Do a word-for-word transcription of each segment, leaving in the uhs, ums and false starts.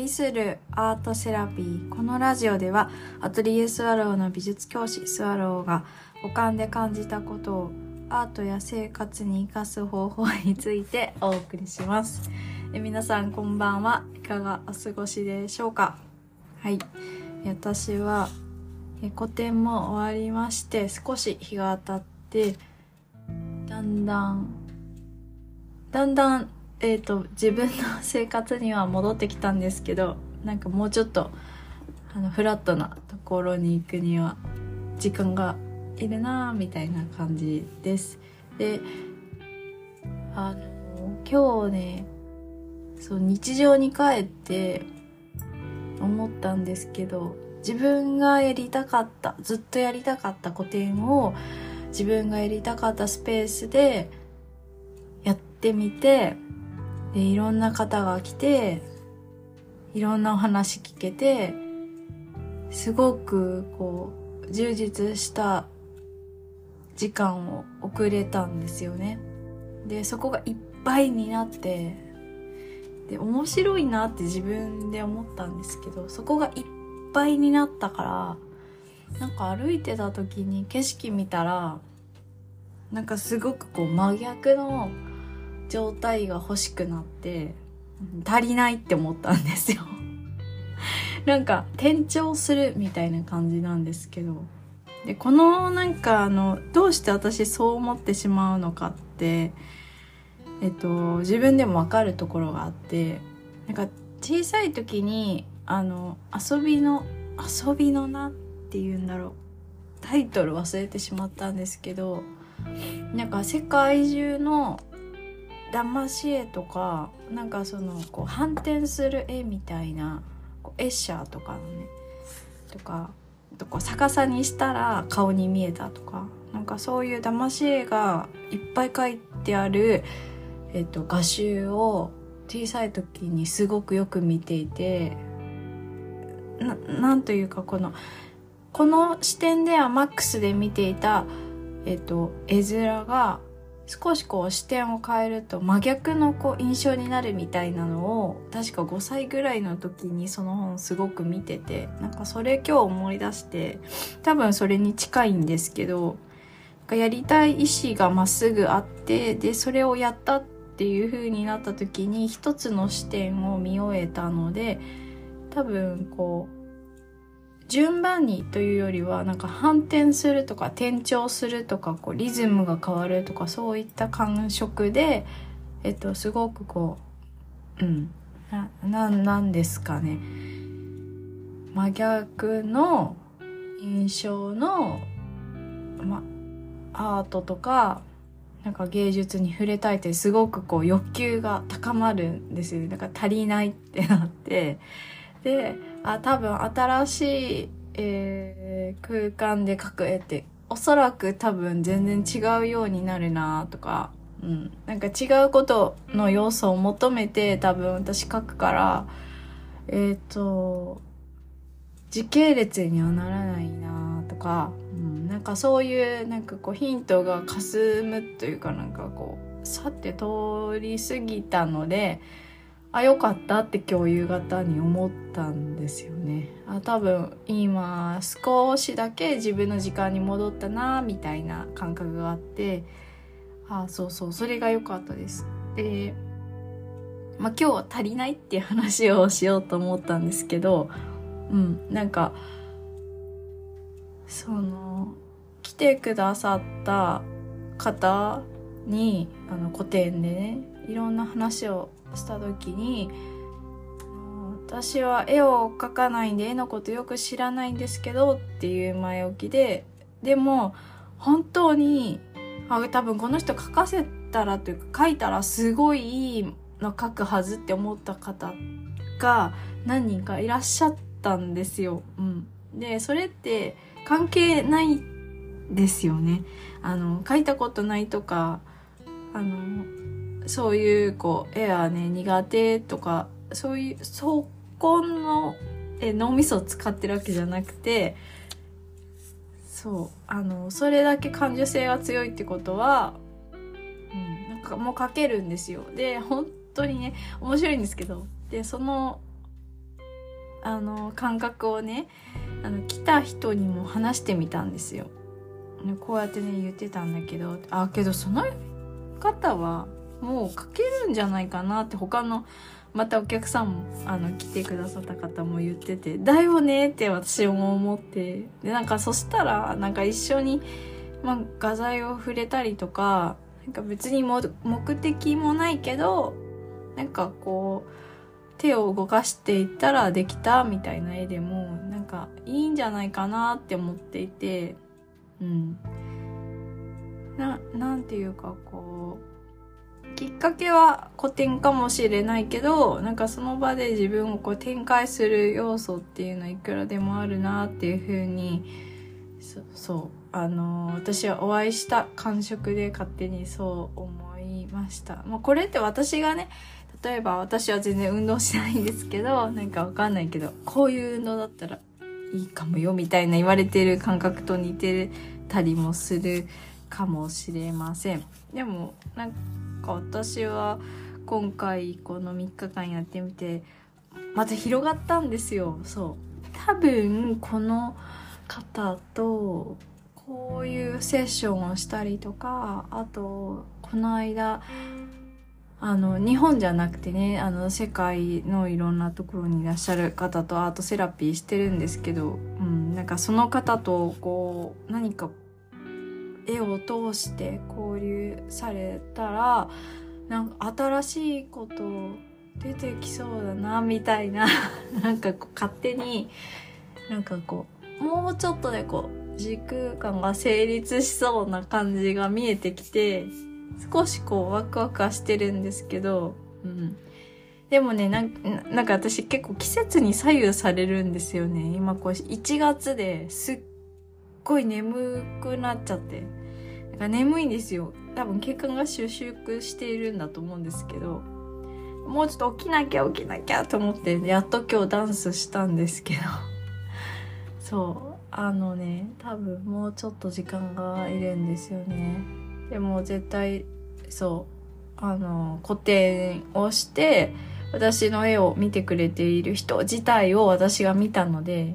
旅するアートセラピー。このラジオではアトリエスワローの美術教師スワローが五感で感じたことをアートや生活に生かす方法についてお送りします。え皆さんこんばんは。いかがお過ごしでしょうか。はい、私はえ個展も終わりまして、少し日が当たってだんだんだんだんえーと自分の生活には戻ってきたんですけど、なんかもうちょっとあのフラットなところに行くには時間がいるなみたいな感じです。で、あの今日ね、そう日常に帰って思ったんですけど、自分がやりたかったずっとやりたかった個展を自分がやりたかったスペースでやってみて、でいろんな方が来ていろんなお話聞けて、すごくこう充実した時間を送れたんですよね。でそこがいっぱいになって、で面白いなって自分で思ったんですけど、そこがいっぱいになったから、なんか歩いてた時に景色見たら、なんかすごくこう真逆の状態が欲しくなって足りないって思ったんですよなんか転調するみたいな感じなんですけど、でこのなんかあのどうして私そう思ってしまうのかって、えっと自分でも分かるところがあって、なんか小さい時にあの遊びの遊びのなっていうんだろう、タイトル忘れてしまったんですけど、なんか世界中の騙し絵とか、なんかそのこう反転する絵みたいな、こうエッシャーとかのねとかとこう逆さにしたら顔に見えたとか、なんかそういう騙し絵がいっぱい描いてある、えっと、画集を小さい時にすごくよく見ていて、な, なんというかこのこの視点ではマックスで見ていた、えっと、絵面が少しこう視点を変えると真逆のこう印象になるみたいなのを、確かごさいぐらいの時にその本すごく見てて、なんかそれ今日思い出して、多分それに近いんですけど、やりたい意志がまっすぐあって、でそれをやったっていう風になった時に一つの視点を見終えたので、多分こう順番にというよりは、なんか反転するとか転調するとか、こうリズムが変わるとか、そういった感触で、えっとすごくこううんな、な、なんですかね、真逆の印象の、ま、アートとかなんか芸術に触れたいってすごくこう欲求が高まるんですよ。だから足りないってなって、であ多分新しい、えー、空間で描く絵っておそらく多分全然違うようになるなとか、うん、なんか違うことの要素を求めて多分私描くから、えっと時系列にはならないなとか、うん、なんかそういうなんかこうヒントがかすむというか、なんかこうさって通り過ぎたので、あ、よかったって今日夕方に思ったんですよね。あ、多分今少しだけ自分の時間に戻ったなみたいな感覚があって、あ、そうそう、それが良かったです。で、まあ、今日は足りないっていう話をしようと思ったんですけど、うん、なんかその来てくださった方にあの個展でね、いろんな話をした時に、私は絵を描かないんで絵のことよく知らないんですけどっていう前置きで、でも本当にあ多分この人描かせたらというか描いたらすごいいいの描くはずって思った方が何人かいらっしゃったんですよ、うん、でそれって関係ないですよね。あの描いたことないとか、あのそういうこう絵はね苦手とか、そういうそこのえ脳みそを使ってるわけじゃなくて、そうあのそれだけ感受性が強いってことは、うん、なんかもう描けるんですよ。で本当にね面白いんですけど、でそのあの感覚をねあの来た人にも話してみたんですよ。こうやってね言ってたんだけど、あけどその方はもう書けるんじゃないかなって他のまたお客さんもあの来てくださった方も言ってて、だよねって私も思って、でなんかそしたらなんか一緒に、まあ、画材を触れたりとか、なんか別にも目的もないけどなんかこう手を動かしていったらできたみたいな絵でもなんかいいんじゃないかなって思っていて、うんななんていうかこうきっかけは古典かもしれないけど、なんかその場で自分をこう展開する要素っていうのはいくらでもあるなっていう風に、そそうあのー、私はお会いした感触で勝手にそう思いました。まあ、これって私がね、例えば私は全然運動しないんですけど、なんかわかんないけどこういう運動だったらいいかもよみたいな言われてる感覚と似てたりもするかもしれません。でもなんか私は今回このみっかかんやってみてまた広がったんですよ。そう多分この方とこういうセッションをしたりとか、あとこの間あの日本じゃなくてね、あの世界のいろんなところにいらっしゃる方とアートセラピーしてるんですけど、うん、なんかその方とこう何か絵を通して交流されたらなんか新しいこと出てきそうだなみたいななんかこう勝手になんかこうもうちょっとでこう時空間が成立しそうな感じが見えてきて、少しこうワクワクはしてるんですけど、うん、でもねなんか、なんか私結構季節に左右されるんですよね。今こういちがつですっごい眠くなっちゃって、なんか眠いんですよ。多分血管が収縮しているんだと思うんですけど、もうちょっと起きなきゃ起きなきゃと思ってやっと今日ダンスしたんですけどそうあのね多分もうちょっと時間がいるんですよね。でも絶対そうあの個展をして私の絵を見てくれている人自体を私が見たので、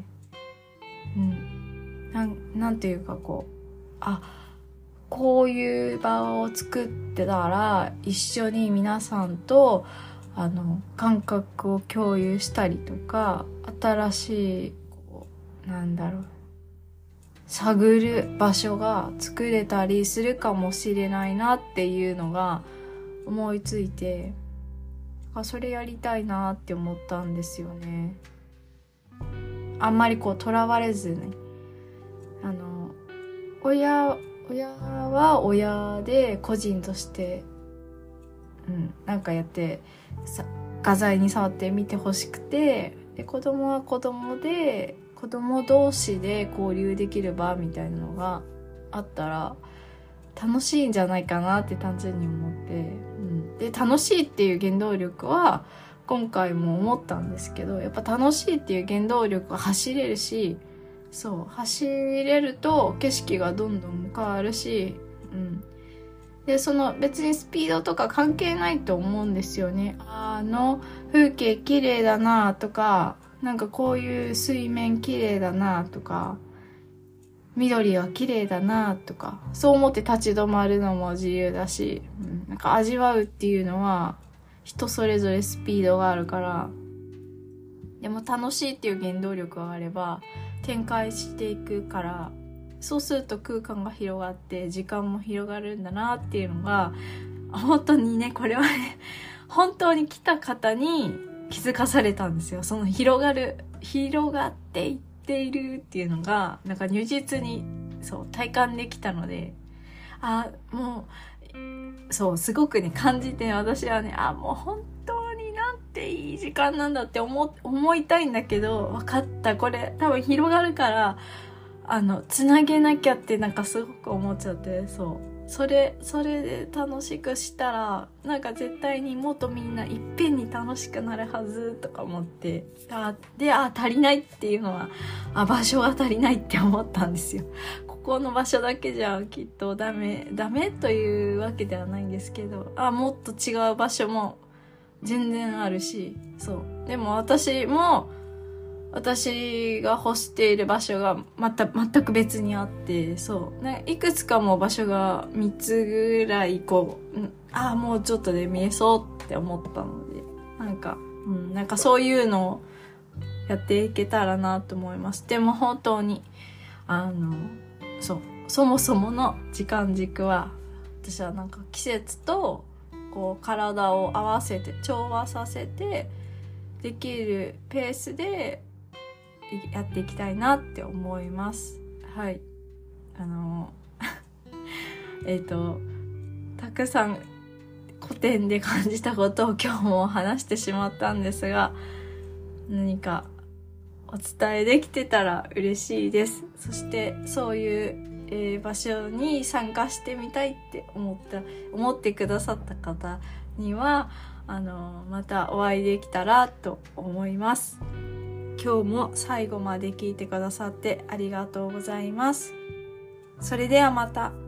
うんなんなんていうかこうあこういう場を作ってたら一緒に皆さんとあの感覚を共有したりとか、新しいこうなんだろう探る場所が作れたりするかもしれないなっていうのが思いついて、それやりたいなって思ったんですよね。あんまりこうとらわれずに、あの親親は親で個人として、うん、なんかやってさ画材に触ってみてほしくて、で子供は子供で子供同士で交流できる場みたいなのがあったら楽しいんじゃないかなって単純に思って、うん、で楽しいっていう原動力は今回も思ったんですけど、やっぱ楽しいっていう原動力は走れるし、そう走れると景色がどんどん変わるし、うん、でその別にスピードとか関係ないと思うんですよね。あの風景綺麗だなとか、なんかこういう水面綺麗だなとか、緑は綺麗だなとか、そう思って立ち止まるのも自由だし、うん、なんか味わうっていうのは人それぞれスピードがあるから、でも楽しいっていう原動力があれば展開していくから、そうすると空間が広がって時間も広がるんだなっていうのが本当にね、これはね本当に来た方に気づかされたんですよ。その広がる広がっていっているっていうのがなんか如実にそう体感できたので、あもうそうすごくね感じて、私はねあもう本当になんていい時間なんだって思思いたいんだけど、分かった、これ多分広がるからあのつなげなきゃってなんかすごく思っちゃって、そうそれそれで楽しくしたらなんか絶対にもっとみんないっぺんに楽しくなるはずとか思って、あであ足りないっていうのはあ場所が足りないって思ったんですよ。ここの場所だけじゃきっとダメダメというわけではないんですけど、あもっと違う場所も全然あるし、そうでも私も私が欲している場所がまた全く別にあって、そうね、いくつかも場所がみっつぐらいこう、うん、ああもうちょっとで見えそうって思ったので、なんか、うん、なんかそういうのをやっていけたらなと思います。でも本当にあのそうそもそもの時間軸は、私はなんか季節とこう体を合わせて調和させてできるペースでやっていきたいなって思います。はい。あのえっとたくさん古典で感じたことを今日も話してしまったんですが、何かお伝えできてたら嬉しいです。そしてそういう、えー、場所に参加してみたいって思った思ってくださった方にはあのまたお会いできたらと思います。今日も最後まで聞いてくださってありがとうございます。それではまた。